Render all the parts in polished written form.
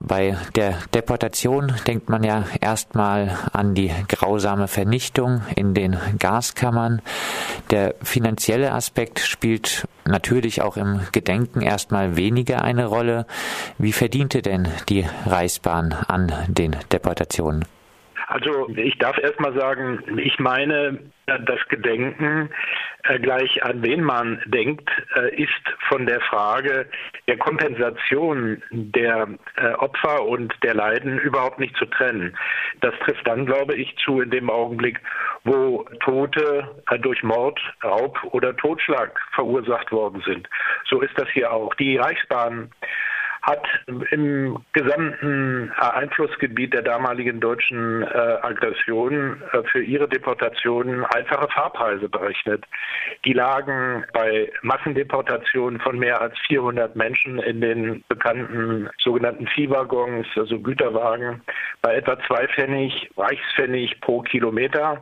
Bei der Deportation denkt man ja erstmal an die grausame Vernichtung in den Gaskammern. Der finanzielle Aspekt spielt natürlich auch im Gedenken erstmal weniger eine Rolle. Wie verdiente denn die Reichsbahn an den Deportationen? Also ich darf erstmal sagen, ich meine, das Gedenken, gleich an wen man denkt, ist von der Frage der Kompensation der Opfer und der Leiden überhaupt nicht zu trennen. Das trifft dann, glaube ich, zu in dem Augenblick, wo Tote durch Mord, Raub oder Totschlag verursacht worden sind. So ist das hier auch. Die Reichsbahn hat im gesamten Einflussgebiet der damaligen deutschen Aggression für ihre Deportationen einfache Fahrpreise berechnet. Die lagen bei Massendeportationen von mehr als 400 Menschen in den bekannten sogenannten Viehwaggons, also Güterwagen, bei etwa 2 Pfennig, Reichspfennig pro Kilometer.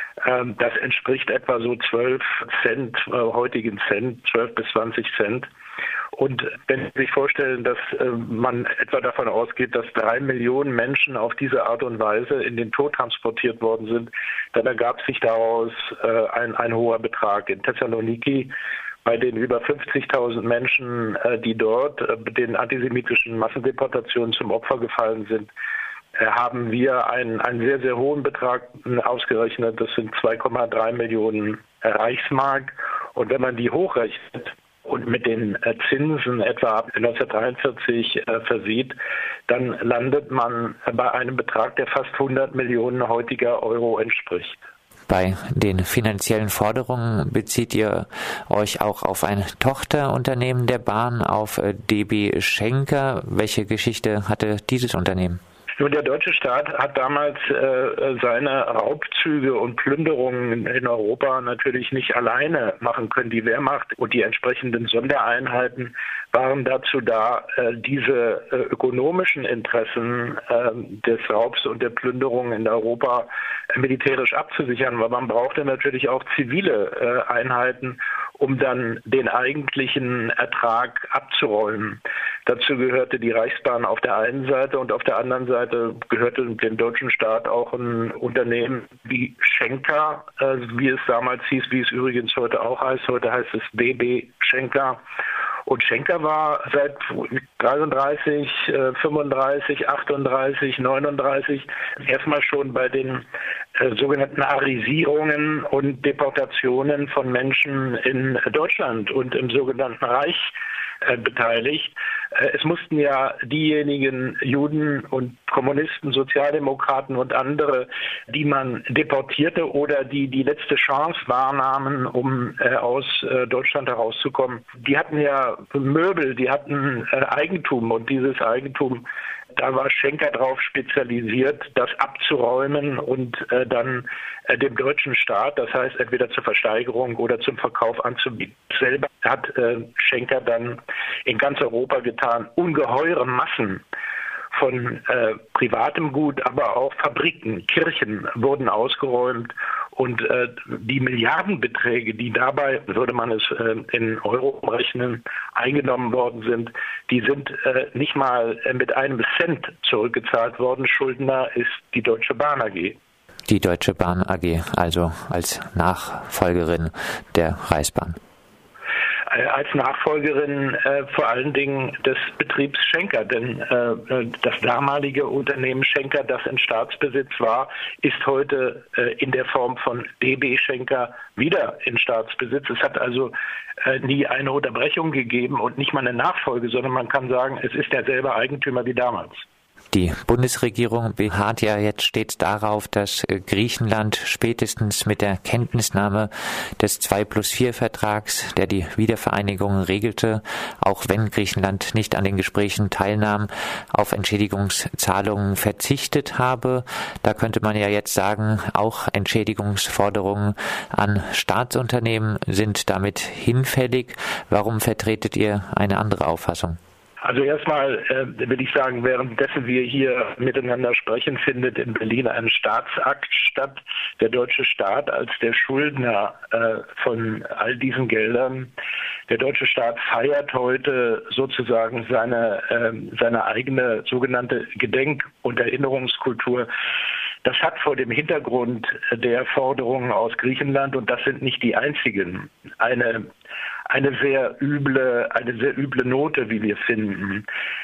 Das entspricht etwa so 12 Cent, heutigen Cent, 12 bis 20 Cent. Und wenn Sie sich vorstellen, dass man etwa davon ausgeht, dass 3 Millionen Menschen auf diese Art und Weise in den Tod transportiert worden sind, dann ergab sich daraus ein hoher Betrag. In Thessaloniki bei den über 50.000 Menschen, die dort den antisemitischen Massendeportationen zum Opfer gefallen sind, haben wir einen sehr, sehr hohen Betrag ausgerechnet. Das sind 2,3 Millionen Reichsmark. Und wenn man die hochrechnet und mit den Zinsen etwa ab 1943 versieht, dann landet man bei einem Betrag, der fast 100 Millionen heutiger Euro entspricht. Bei den finanziellen Forderungen bezieht ihr euch auch auf ein Tochterunternehmen der Bahn, auf DB Schenker. Welche Geschichte hatte dieses Unternehmen? Nun, der deutsche Staat hat damals seine Raubzüge und Plünderungen in Europa natürlich nicht alleine machen können. Die Wehrmacht und die entsprechenden Sondereinheiten waren dazu da, diese ökonomischen Interessen des Raubs und der Plünderung in Europa militärisch abzusichern, weil man brauchte natürlich auch zivile Einheiten, um dann den eigentlichen Ertrag abzuräumen. Dazu gehörte die Reichsbahn auf der einen Seite und auf der anderen Seite gehörte dem deutschen Staat auch ein Unternehmen wie Schenker, wie es damals hieß, wie es übrigens heute auch heißt. Heute heißt es DB Schenker. Und Schenker war seit 33, 35, 38, 39 erstmal schon bei den sogenannten Arisierungen und Deportationen von Menschen in Deutschland und im sogenannten Reich beteiligt. Es mussten ja diejenigen Juden und Kommunisten, Sozialdemokraten und andere, die man deportierte oder die die letzte Chance wahrnahmen, um aus Deutschland herauszukommen, die hatten ja Möbel, die hatten Eigentum und dieses Eigentum, da war Schenker darauf spezialisiert, das abzuräumen und dann dem deutschen Staat, das heißt entweder zur Versteigerung oder zum Verkauf anzubieten. Selber hat Schenker dann in ganz Europa getan, ungeheure Massen von privatem Gut, aber auch Fabriken, Kirchen wurden ausgeräumt und die Milliardenbeträge, die dabei, würde man es in Euro rechnen, eingenommen worden sind, die sind nicht mal mit einem Cent zurückgezahlt worden. Schuldner ist die Deutsche Bahn AG. Die Deutsche Bahn AG, also als Nachfolgerin der Reichsbahn. Als Nachfolgerin vor allen Dingen des Betriebs Schenker, denn das damalige Unternehmen Schenker, das in Staatsbesitz war, ist heute in der Form von DB Schenker wieder in Staatsbesitz. Es hat also nie eine Unterbrechung gegeben und nicht mal eine Nachfolge, sondern man kann sagen, es ist derselbe Eigentümer wie damals. Die Bundesregierung beharrt ja jetzt stets darauf, dass Griechenland spätestens mit der Kenntnisnahme des 2+4-Vertrags, der die Wiedervereinigung regelte, auch wenn Griechenland nicht an den Gesprächen teilnahm, auf Entschädigungszahlungen verzichtet habe. Da könnte man ja jetzt sagen, auch Entschädigungsforderungen an Staatsunternehmen sind damit hinfällig. Warum vertretet ihr eine andere Auffassung? Also erstmal will ich sagen, währenddessen wir hier miteinander sprechen, findet in Berlin ein Staatsakt statt. Der deutsche Staat als der Schuldner von all diesen Geldern, Der deutsche Staat feiert heute sozusagen seine eigene sogenannte Gedenk- und Erinnerungskultur. Das hat vor dem Hintergrund der Forderungen aus Griechenland, und das sind nicht die einzigen, eine sehr üble Note, wie wir finden.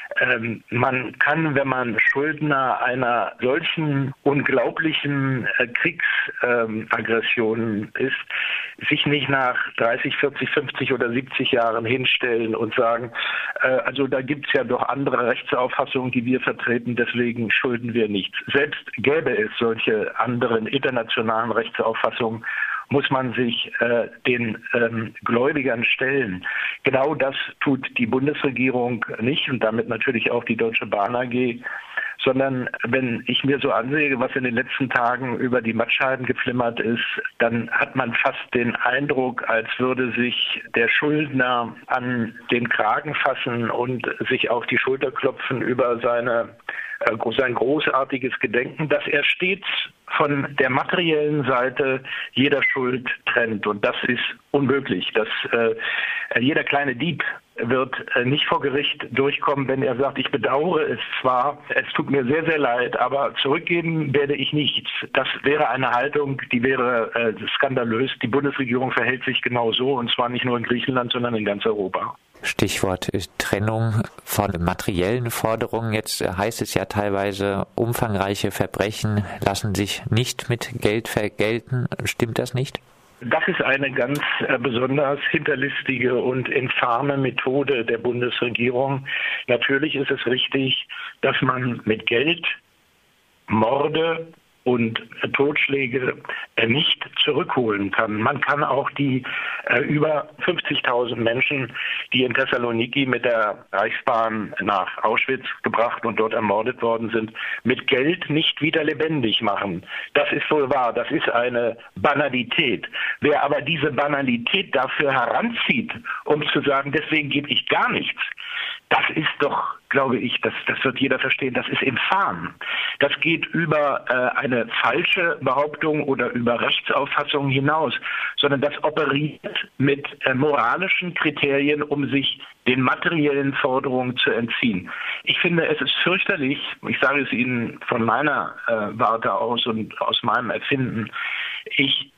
Man kann, wenn man Schuldner einer solchen unglaublichen Kriegsaggression ist, sich nicht nach 30, 40, 50 oder 70 Jahren hinstellen und sagen, also da gibt's ja doch andere Rechtsauffassungen, die wir vertreten, deswegen schulden wir nichts. Selbst gäbe es solche anderen internationalen Rechtsauffassungen, muss man sich den Gläubigern stellen. Genau das tut die Bundesregierung nicht und damit natürlich auch die Deutsche Bahn AG, sondern wenn ich mir so ansehe, was in den letzten Tagen über die Mattscheiben geflimmert ist, dann hat man fast den Eindruck, als würde sich der Schuldner an den Kragen fassen und sich auf die Schulter klopfen über sein großartiges Gedenken, dass er stets von der materiellen Seite jeder Schuld trennt. Und das ist unmöglich. Jeder kleine Dieb wird nicht vor Gericht durchkommen, wenn er sagt, ich bedauere es zwar, es tut mir sehr, sehr leid, aber zurückgeben werde ich nichts. Das wäre eine Haltung, die wäre skandalös. Die Bundesregierung verhält sich genau so, und zwar nicht nur in Griechenland, sondern in ganz Europa. Stichwort Trennung von materiellen Forderungen. Jetzt heißt es ja teilweise, umfangreiche Verbrechen lassen sich nicht mit Geld vergelten. Stimmt das nicht? Das ist eine ganz besonders hinterlistige und infame Methode der Bundesregierung. Natürlich ist es richtig, dass man mit Geld Morde und Totschläge nicht zurückholen kann. Man kann auch die über 50.000 Menschen, die in Thessaloniki mit der Reichsbahn nach Auschwitz gebracht und dort ermordet worden sind, mit Geld nicht wieder lebendig machen. Das ist wohl wahr, das ist eine Banalität. Wer aber diese Banalität dafür heranzieht, um zu sagen, deswegen gebe ich gar nichts, das ist doch, glaube ich, das wird jeder verstehen, das ist infam. Das geht über eine falsche Behauptung oder über Rechtsauffassungen hinaus, sondern das operiert mit moralischen Kriterien, um sich den materiellen Forderungen zu entziehen. Ich finde, es ist fürchterlich, ich sage es Ihnen von meiner Warte aus und aus meinem Erfinden, ich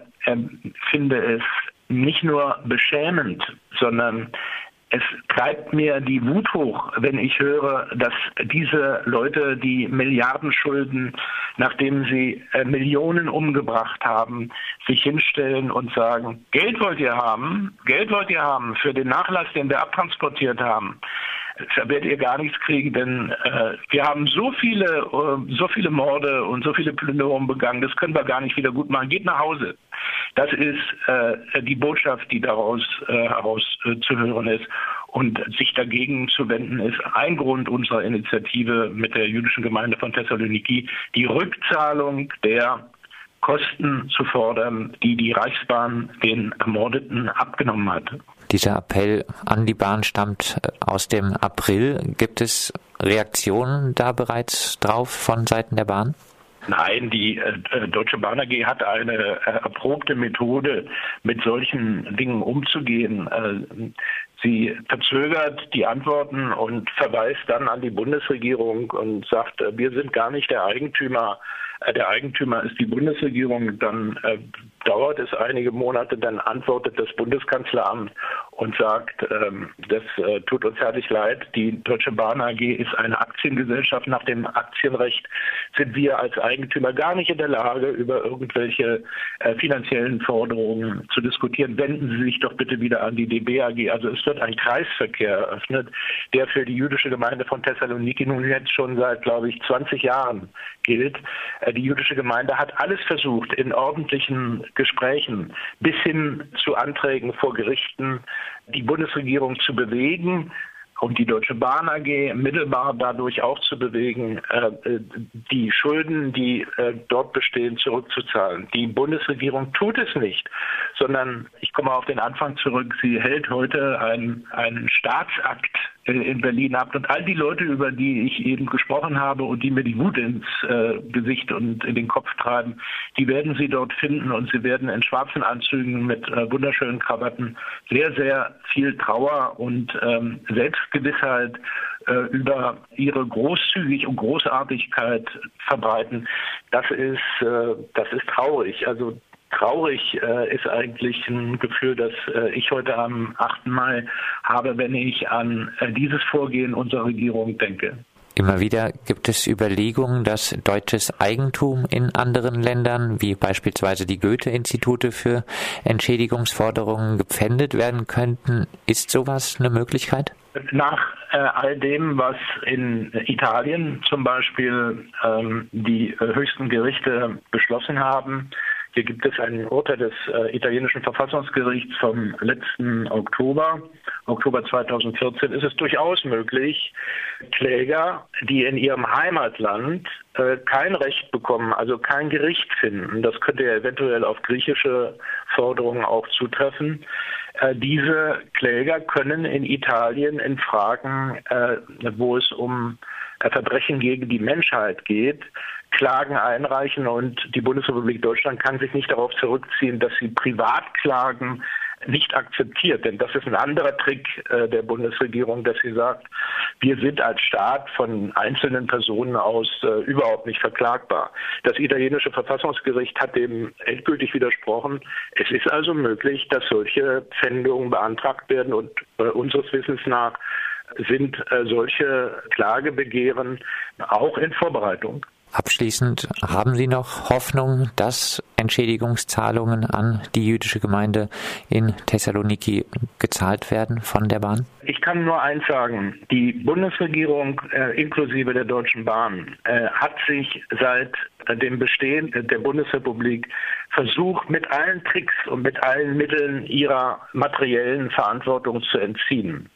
finde es nicht nur beschämend, sondern es treibt mir die Wut hoch, wenn ich höre, dass diese Leute, die Milliarden schulden, nachdem sie Millionen umgebracht haben, sich hinstellen und sagen, Geld wollt ihr haben für den Nachlass, den wir abtransportiert haben. Da werdet ihr gar nichts kriegen, denn wir haben so viele Morde und so viele Plünderungen begangen, das können wir gar nicht wieder gut machen. Geht nach Hause. Das ist die Botschaft, die daraus heraus zu hören ist. Und sich dagegen zu wenden, ist ein Grund unserer Initiative mit der jüdischen Gemeinde von Thessaloniki, die Rückzahlung der Kosten zu fordern, die die Reichsbahn den Ermordeten abgenommen hat. Dieser Appell an die Bahn stammt aus dem April. Gibt es Reaktionen da bereits drauf von Seiten der Bahn? Nein, die Deutsche Bahn AG hat eine erprobte Methode, mit solchen Dingen umzugehen. Sie verzögert die Antworten und verweist dann an die Bundesregierung und sagt, wir sind gar nicht der Eigentümer. Der Eigentümer ist die Bundesregierung. Dann dauert es einige Monate, dann antwortet das Bundeskanzleramt und sagt, das tut uns herzlich leid, die Deutsche Bahn AG ist eine Aktiengesellschaft. Nach dem Aktienrecht sind wir als Eigentümer gar nicht in der Lage, über irgendwelche finanziellen Forderungen zu diskutieren. Wenden Sie sich doch bitte wieder an die DB AG. Also es wird ein Kreisverkehr eröffnet, der für die jüdische Gemeinde von Thessaloniki nun jetzt schon seit, glaube ich, 20 Jahren gilt. Die jüdische Gemeinde hat alles versucht, in ordentlichen Gesprächen bis hin zu Anträgen vor Gerichten die Bundesregierung zu bewegen und die Deutsche Bahn AG mittelbar dadurch auch zu bewegen, die Schulden, die dort bestehen, zurückzuzahlen. Die Bundesregierung tut es nicht, sondern, ich komme auf den Anfang zurück, sie hält heute einen Staatsakt in Berlin habt. Und all die Leute, über die ich eben gesprochen habe und die mir die Wut ins Gesicht und in den Kopf treiben, die werden Sie dort finden und Sie werden in schwarzen Anzügen mit wunderschönen Krawatten sehr, sehr viel Trauer und Selbstgewissheit über ihre Großzügigkeit und Großartigkeit verbreiten. Das ist traurig. Also traurig ist eigentlich ein Gefühl, das ich heute am 8. Mai habe, wenn ich an dieses Vorgehen unserer Regierung denke. Immer wieder gibt es Überlegungen, dass deutsches Eigentum in anderen Ländern, wie beispielsweise die Goethe-Institute für Entschädigungsforderungen, gepfändet werden könnten. Ist sowas eine Möglichkeit? Nach all dem, was in Italien zum Beispiel die höchsten Gerichte beschlossen haben, hier gibt es ein Urteil des italienischen Verfassungsgerichts vom letzten Oktober 2014, ist es durchaus möglich, Kläger, die in ihrem Heimatland kein Recht bekommen, also kein Gericht finden, das könnte ja eventuell auf griechische Forderungen auch zutreffen, diese Kläger können in Italien in Fragen, wo es um Verbrechen gegen die Menschheit geht, Klagen einreichen und die Bundesrepublik Deutschland kann sich nicht darauf zurückziehen, dass sie Privatklagen nicht akzeptiert. Denn das ist ein anderer Trick der Bundesregierung, dass sie sagt, wir sind als Staat von einzelnen Personen aus überhaupt nicht verklagbar. Das italienische Verfassungsgericht hat dem endgültig widersprochen. Es ist also möglich, dass solche Pfändungen beantragt werden und unseres Wissens nach sind solche Klagebegehren auch in Vorbereitung. Abschließend, haben Sie noch Hoffnung, dass Entschädigungszahlungen an die jüdische Gemeinde in Thessaloniki gezahlt werden von der Bahn? Ich kann nur eins sagen, die Bundesregierung inklusive der Deutschen Bahn hat sich seit dem Bestehen der Bundesrepublik versucht, mit allen Tricks und mit allen Mitteln ihrer materiellen Verantwortung zu entziehen.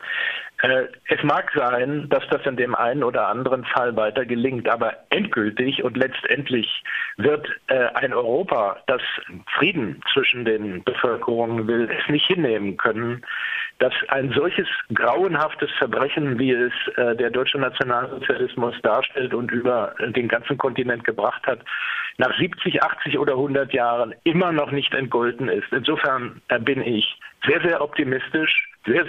Es mag sein, dass das in dem einen oder anderen Fall weiter gelingt, aber endgültig und letztendlich wird ein Europa, das Frieden zwischen den Bevölkerungen will, es nicht hinnehmen können, dass ein solches grauenhaftes Verbrechen, wie es der deutsche Nationalsozialismus darstellt und über den ganzen Kontinent gebracht hat, nach 70, 80 oder 100 Jahren immer noch nicht entgolten ist. Insofern bin ich sehr, sehr optimistisch,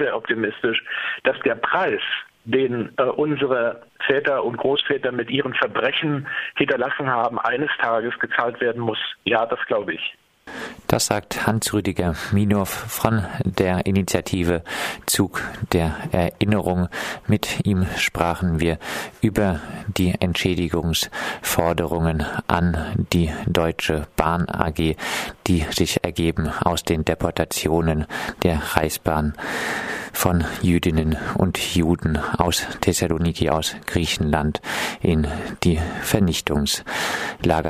dass der Preis, den unsere Väter und Großväter mit ihren Verbrechen hinterlassen haben, eines Tages gezahlt werden muss. Ja, das glaube ich. Das sagt Hans-Rüdiger Minhof von der Initiative Zug der Erinnerung. Mit ihm sprachen wir über die Entschädigungsforderungen an die Deutsche Bahn AG, die sich ergeben aus den Deportationen der Reichsbahn von Jüdinnen und Juden aus Thessaloniki, aus Griechenland in die Vernichtungslager.